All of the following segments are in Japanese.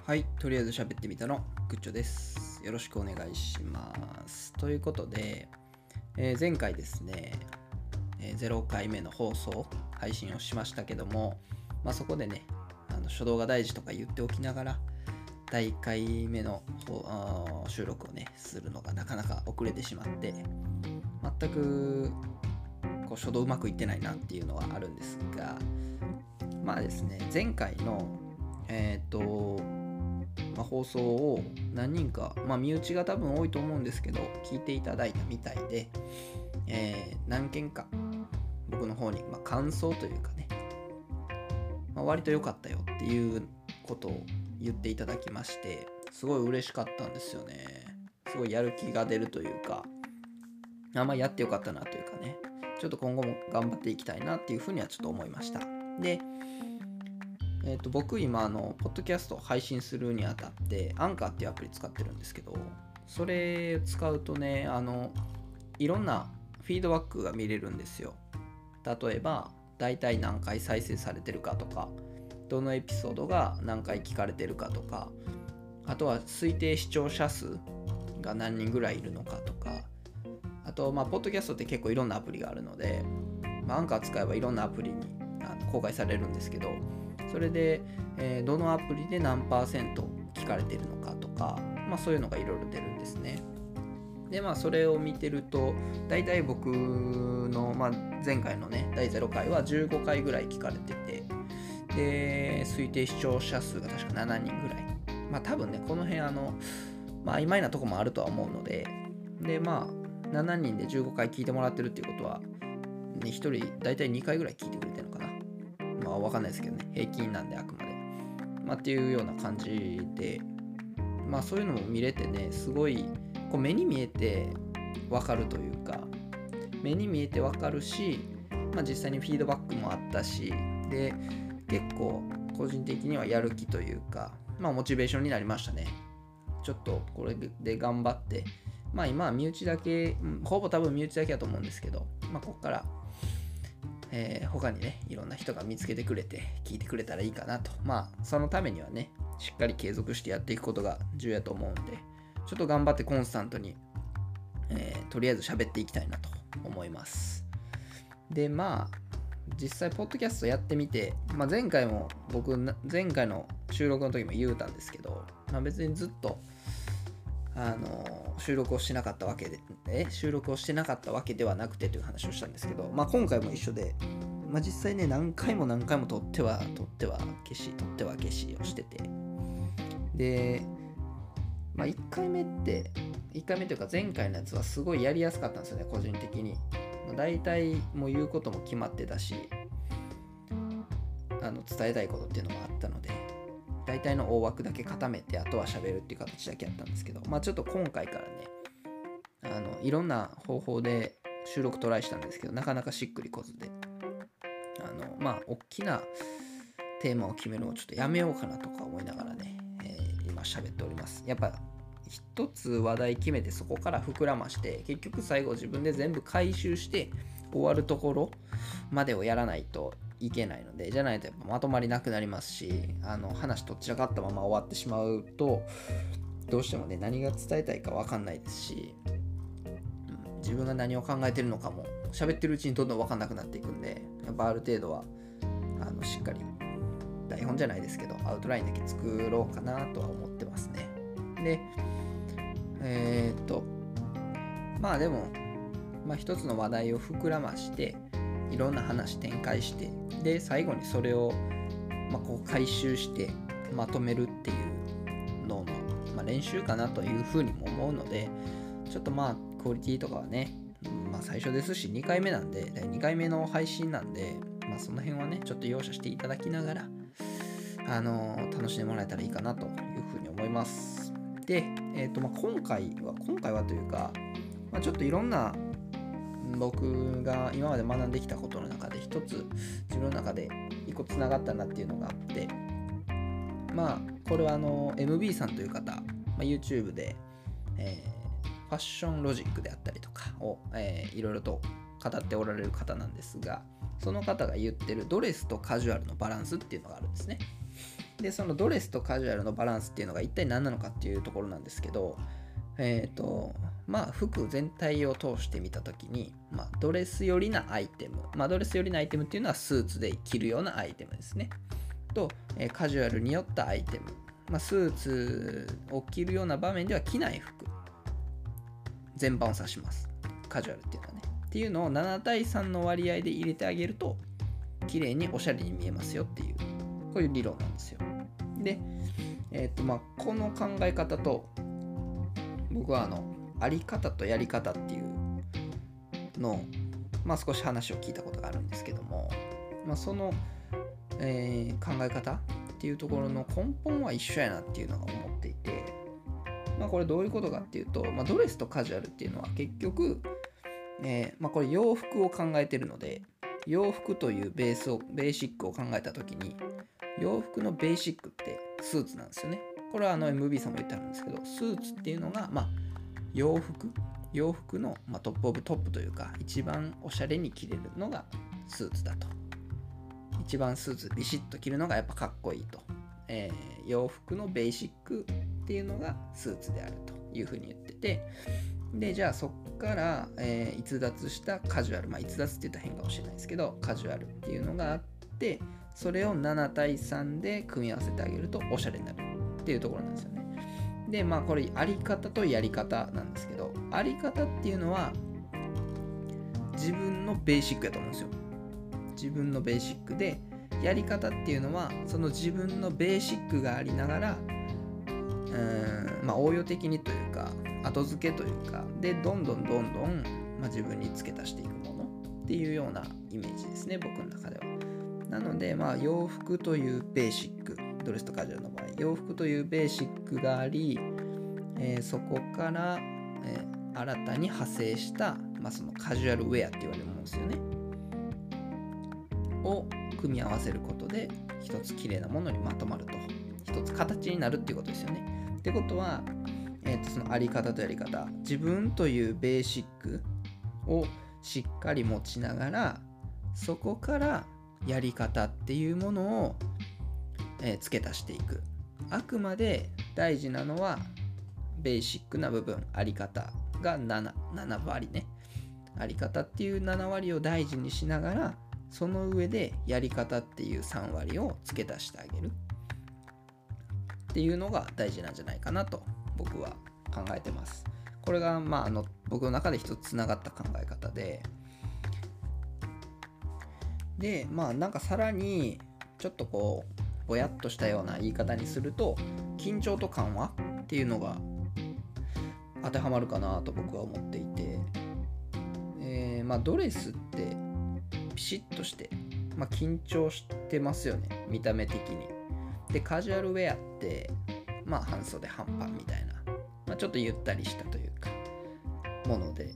はい、とりあえず喋ってみたのグッチョです。よろしくお願いします。ということで、前回ですね、0回目の放送配信をしましたけども、そこでね、初動が大事とか言っておきながら第1回目の収録をねするのがなかなか遅れてしまって、全く初動うまくいってないなっていうのはあるんですが、ですね、前回の放送を何人か、身内が多分多いと思うんですけど聞いていただいたみたいで、何件か僕の方に、感想というかね、割と良かったよっていうことを言っていただきまして、すごい嬉しかったんですよね。すごいやる気が出るというか、やってよかったなというかね、ちょっと今後も頑張っていきたいなっていうふうにはちょっと思いました。で、僕今ポッドキャストを配信するにあたってアンカーっていうアプリ使ってるんですけど、それ使うとね、いろんなフィードバックが見れるんですよ。例えば大体何回再生されてるかとか、どのエピソードが何回聞かれてるかとか、あとは推定視聴者数が何人ぐらいいるのかとか、あとポッドキャストって結構いろんなアプリがあるので、アンカー使えばいろんなアプリに公開されるんですけど、それで、どのアプリで何%聞かれているのかとか、そういうのがいろいろ出るんですね。でそれを見てると、だいたい僕の、前回のね第0回は15回ぐらい聞かれてて、で推定視聴者数が確か7人ぐらい、多分ねこの辺曖昧なとこもあるとは思うので、7人で15回聞いてもらってるっていうことは、1人だいたい2回ぐらい聞いてくれてるのかな。わかんないですけどね、平均なんであくまで、っていうような感じで、そういうのも見れてね、すごいこう目に見えて分かるというか、目に見えて分かるし、実際にフィードバックもあったし、で結構個人的にはやる気というか、モチベーションになりましたね。ちょっとこれで頑張って、今は身内だけ、ほぼ多分身内だけだと思うんですけど、ここから他にねいろんな人が見つけてくれて聞いてくれたらいいかなと。そのためにはね、しっかり継続してやっていくことが重要だと思うんで、ちょっと頑張ってコンスタントに、とりあえず喋っていきたいなと思います。で実際ポッドキャストやってみて、前回も僕前回の収録の時も言うたんですけど、別にずっと収録をしてなかったわけではなくてという話をしたんですけど、今回も一緒で、実際ね何回も撮っては消しをしてて、で1回目というか前回のやつはすごいやりやすかったんですよね、個人的に。だいたいもう言うことも決まってたし、伝えたいことっていうのもあったので、大体の大枠だけ固めて、あとは喋るっていう形だけやったんですけど、ちょっと今回からね、いろんな方法で収録トライしたんですけど、なかなかしっくりこずで、大きなテーマを決めるのをちょっとやめようかなとか思いながらね、今喋っております。やっぱ一つ話題決めてそこから膨らまして、結局最後自分で全部回収して終わるところまでをやらないといけないので、じゃないとやっぱまとまりなくなりますし、話とっちらかったまま終わってしまうと、どうしてもね何が伝えたいか分かんないですし、自分が何を考えてるのかも喋ってるうちにどんどん分かんなくなっていくんで、やっぱある程度はしっかり台本じゃないですけどアウトラインだけ作ろうかなとは思ってますね。ででも一つの話題を膨らましていろんな話展開して、で最後にそれをこう回収してまとめるっていうのの、練習かなというふうにも思うので、ちょっとクオリティとかはね、最初ですし2回目なんで、2回目の配信なんで、その辺はねちょっと容赦していただきながら楽しんでもらえたらいいかなというふうに思います。で、今回はというか、ちょっといろんな僕が今まで学んできたことの中で一つ自分の中で一個つながったなっていうのがあって、これはMB さんという方、YouTube で、ファッションロジックであったりとかを、いろいろと語っておられる方なんですが、その方が言ってるドレスとカジュアルのバランスっていうのがあるんですね。 でそのドレスとカジュアルのバランスっていうのが一体何なのかっていうところなんですけど、服全体を通してみたときに、ドレス寄りなアイテム、ドレス寄りなアイテムっていうのはスーツで着るようなアイテムですね。と、カジュアルによったアイテム、スーツを着るような場面では着ない服、全般を指します。カジュアルっていうのはね。っていうのを7対3の割合で入れてあげると、綺麗におしゃれに見えますよっていう、こういう理論なんですよ。で、この考え方と、僕はあり方とやり方っていうのを、少し話を聞いたことがあるんですけども、その、考え方っていうところの根本は一緒やなっていうのが思っていて、これどういうことかっていうと、ドレスとカジュアルっていうのは結局、これ洋服を考えてるので、洋服というベーシックを考えたときに、洋服のベーシックってスーツなんですよね。これはMV さんも言ってあるんですけど、スーツっていうのが、洋服の、トップオブトップというか、一番おしゃれに着れるのがスーツだと。一番スーツビシッと着るのがやっぱかっこいいと。洋服のベーシックっていうのがスーツであるというふうに言ってて、でじゃあそっから、逸脱したカジュアル、逸脱って言ったら変かもしれないですけど、カジュアルっていうのがあって、それを7対3で組み合わせてあげるとおしゃれになるっていうところなんですよね。でこれあり方とやり方なんですけど、あり方っていうのは自分のベーシックやと思うんですよ。自分のベーシックで、やり方っていうのはその自分のベーシックがありながら、応用的にというか後付けというかでどんどん、自分に付け足していくものっていうようなイメージですね、僕の中では。なので洋服というベーシック、ドレスとカジュアルの場合洋服というベーシックがあり、そこから、新たに派生した、そのカジュアルウェアって言われるものですよねを組み合わせることで一つ綺麗なものにまとまると、一つ形になるっていうことですよね。ってことは、そのあり方とやり方、自分というベーシックをしっかり持ちながら、そこからやり方っていうものを、付け足していく。あくまで大事なのはベーシックな部分、あり方が 7割ね。あり方っていう7割を大事にしながら、その上でやり方っていう3割を付け足してあげるっていうのが大事なんじゃないかなと僕は考えてます。これが僕の中で一つつながった考え方で、なんかさらにちょっとこうぼやっとしたような言い方にすると、緊張と緩和っていうのが当てはまるかなと僕は思っていて、ドレスってピシッとして、緊張してますよね、見た目的に。でカジュアルウェアって半袖半パンみたいな、ちょっとゆったりしたというかもので、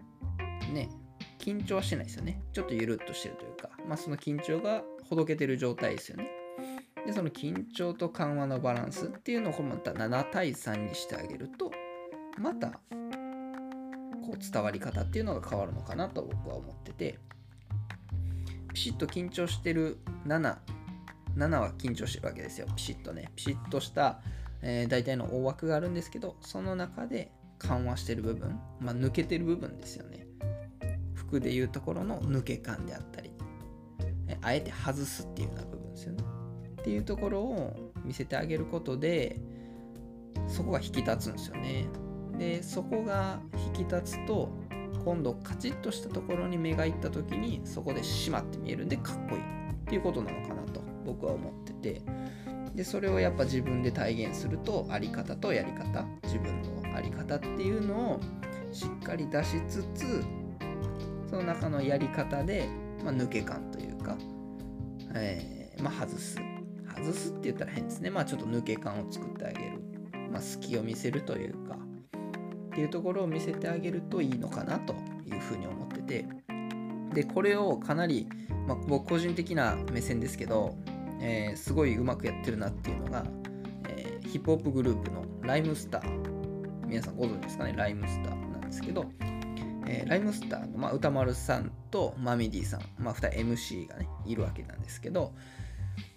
緊張はしてないですよね。ちょっとゆるっとしてるというか、その緊張がほどけてる状態ですよね。でその緊張と緩和のバランスっていうのをまた7対3にしてあげると、またこう伝わり方っていうのが変わるのかなと僕は思ってて、ピシッと緊張してる7は緊張してるわけですよ。ピシッとした、大体の大枠があるんですけど、その中で緩和してる部分、抜けてる部分ですよね。服でいうところの抜け感であったり、あえて外すっていうような部分ですよね。っていうところを見せてあげることで、そこが引き立つんですよね。でそこが引き立つと、今度カチッとしたところに目がいった時にそこで締まって見えるんでかっこいいっていうことなのかなと僕は思ってて、でそれをやっぱ自分で体現すると、あり方とやり方、自分のあり方っていうのをしっかり出しつつ、その中のやり方で、抜け感というか、外すって言ったら変ですね。ちょっと抜け感を作ってあげる、隙を見せるというかっていうところを見せてあげるといいのかなというふうに思ってて、でこれをかなり、僕個人的な目線ですけど、すごいうまくやってるなっていうのが、ヒップホップグループのライムスター、皆さんご存知ですかね。ライムスターなんですけど、ライムスターの、歌丸さんとマミディさん、2人 MC がねいるわけなんですけど、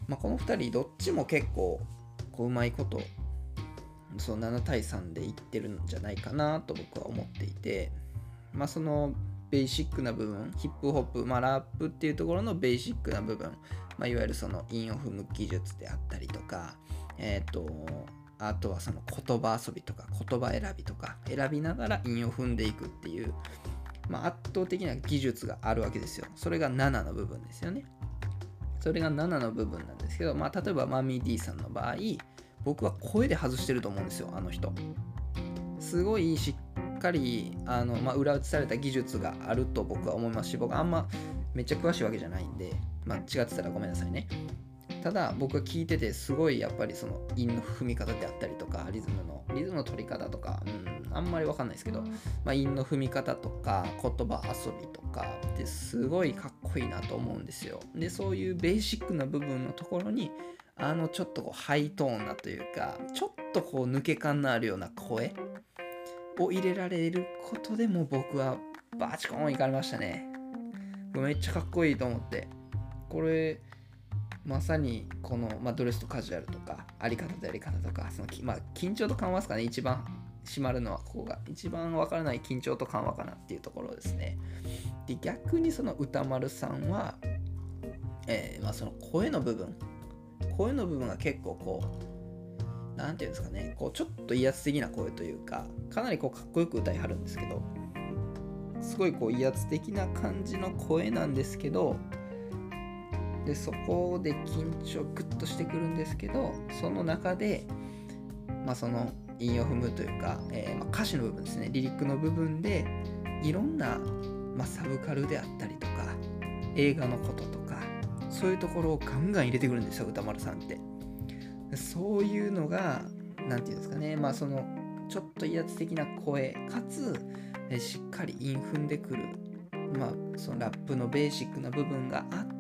この2人どっちも結構うまいことその7対3でいってるんじゃないかなと僕は思っていて、そのベーシックな部分、ヒップホップ、ラップっていうところのベーシックな部分、いわゆるその韻を踏む技術であったりとか、あとはその言葉遊びとか言葉選びとか選びながら韻を踏んでいくっていう、圧倒的な技術があるわけですよ。それが7の部分ですよね。それが7の部分なんですけど、例えばマミー D さんの場合、僕は声で外してると思うんですよ、あの人。すごいしっかり裏打ちされた技術があると僕は思いますし、僕あんまめっちゃ詳しいわけじゃないんで、違ってたらごめんなさいね。ただ僕が聞いててすごいやっぱりその韻の踏み方であったりとかリズムの取り方とか、あんまり分かんないですけど、韻の踏み方とか言葉遊びとかってすごいかっこいいなと思うんですよ。でそういうベーシックな部分のところにちょっとハイトーンなというか、ちょっと抜け感のあるような声を入れられることでも僕はバチコーンいかれましたね。めっちゃかっこいいと思って、これまさにこの、ドレスとカジュアルとかあり方とやり方とか、その緊張と緩和ですかね。一番締まるのはここが一番わからない、緊張と緩和かなっていうところですね。で逆にその歌丸さんは、その声の部分が結構なんていうんですかね、ちょっと威圧的な声というか、かなりかっこよく歌いはるんですけど、すごい威圧的な感じの声なんですけど、でそこで緊張グッとしてくるんですけど、その中でその韻を踏むというか、歌詞の部分ですね、リリックの部分でいろんな、サブカルであったりとか映画のこととか、そういうところをガンガン入れてくるんですよ、歌丸さんって。そういうのがなんていうんですかね、そのちょっと威圧的な声かつしっかり韻踏んでくる、そのラップのベーシックな部分があって、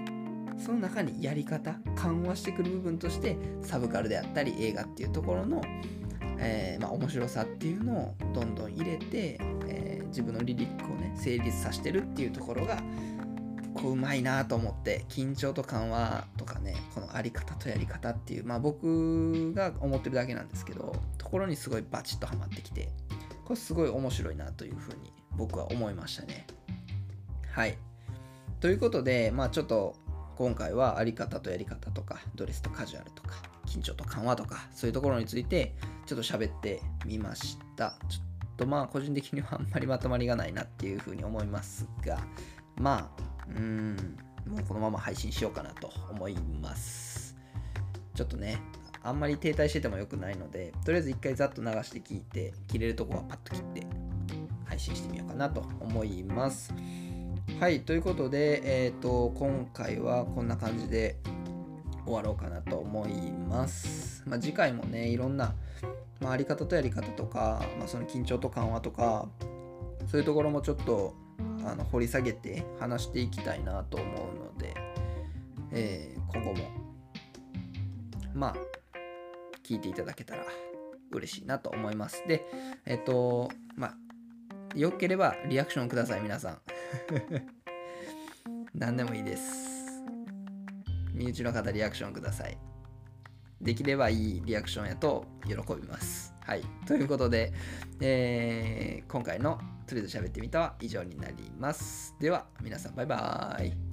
その中にやり方緩和してくる部分としてサブカルであったり映画っていうところの、面白さっていうのをどんどん入れて、自分のリリックをね成立させてるっていうところがうまいなと思って、緊張と緩和とかね、このあり方とやり方っていう、僕が思ってるだけなんですけど、ところにすごいバチッとはまってきて、これすごい面白いなというふうに僕は思いましたね。はい、ということでちょっと今回はあり方とやり方とかドレスとカジュアルとか緊張と緩和とか、そういうところについてちょっと喋ってみました。ちょっと個人的にはあんまりまとまりがないなっていうふうに思いますが、もうこのまま配信しようかなと思います。ちょっとね、あんまり停滞してても良くないので、とりあえず一回ざっと流して聞いて、切れるとこはパッと切って配信してみようかなと思います。はい、ということで、今回はこんな感じで終わろうかなと思います。次回もね、いろんな、あり方とやり方とか、その緊張と緩和とか、そういうところもちょっと掘り下げて話していきたいなと思うので、今後も聞いていただけたら嬉しいなと思います。でよければリアクションください、皆さん。何でもいいです。身内の方リアクションください。できればいいリアクションやと喜びます。はい、ということで、今回のとりあえず喋ってみたは以上になります。では皆さんバイバーイ。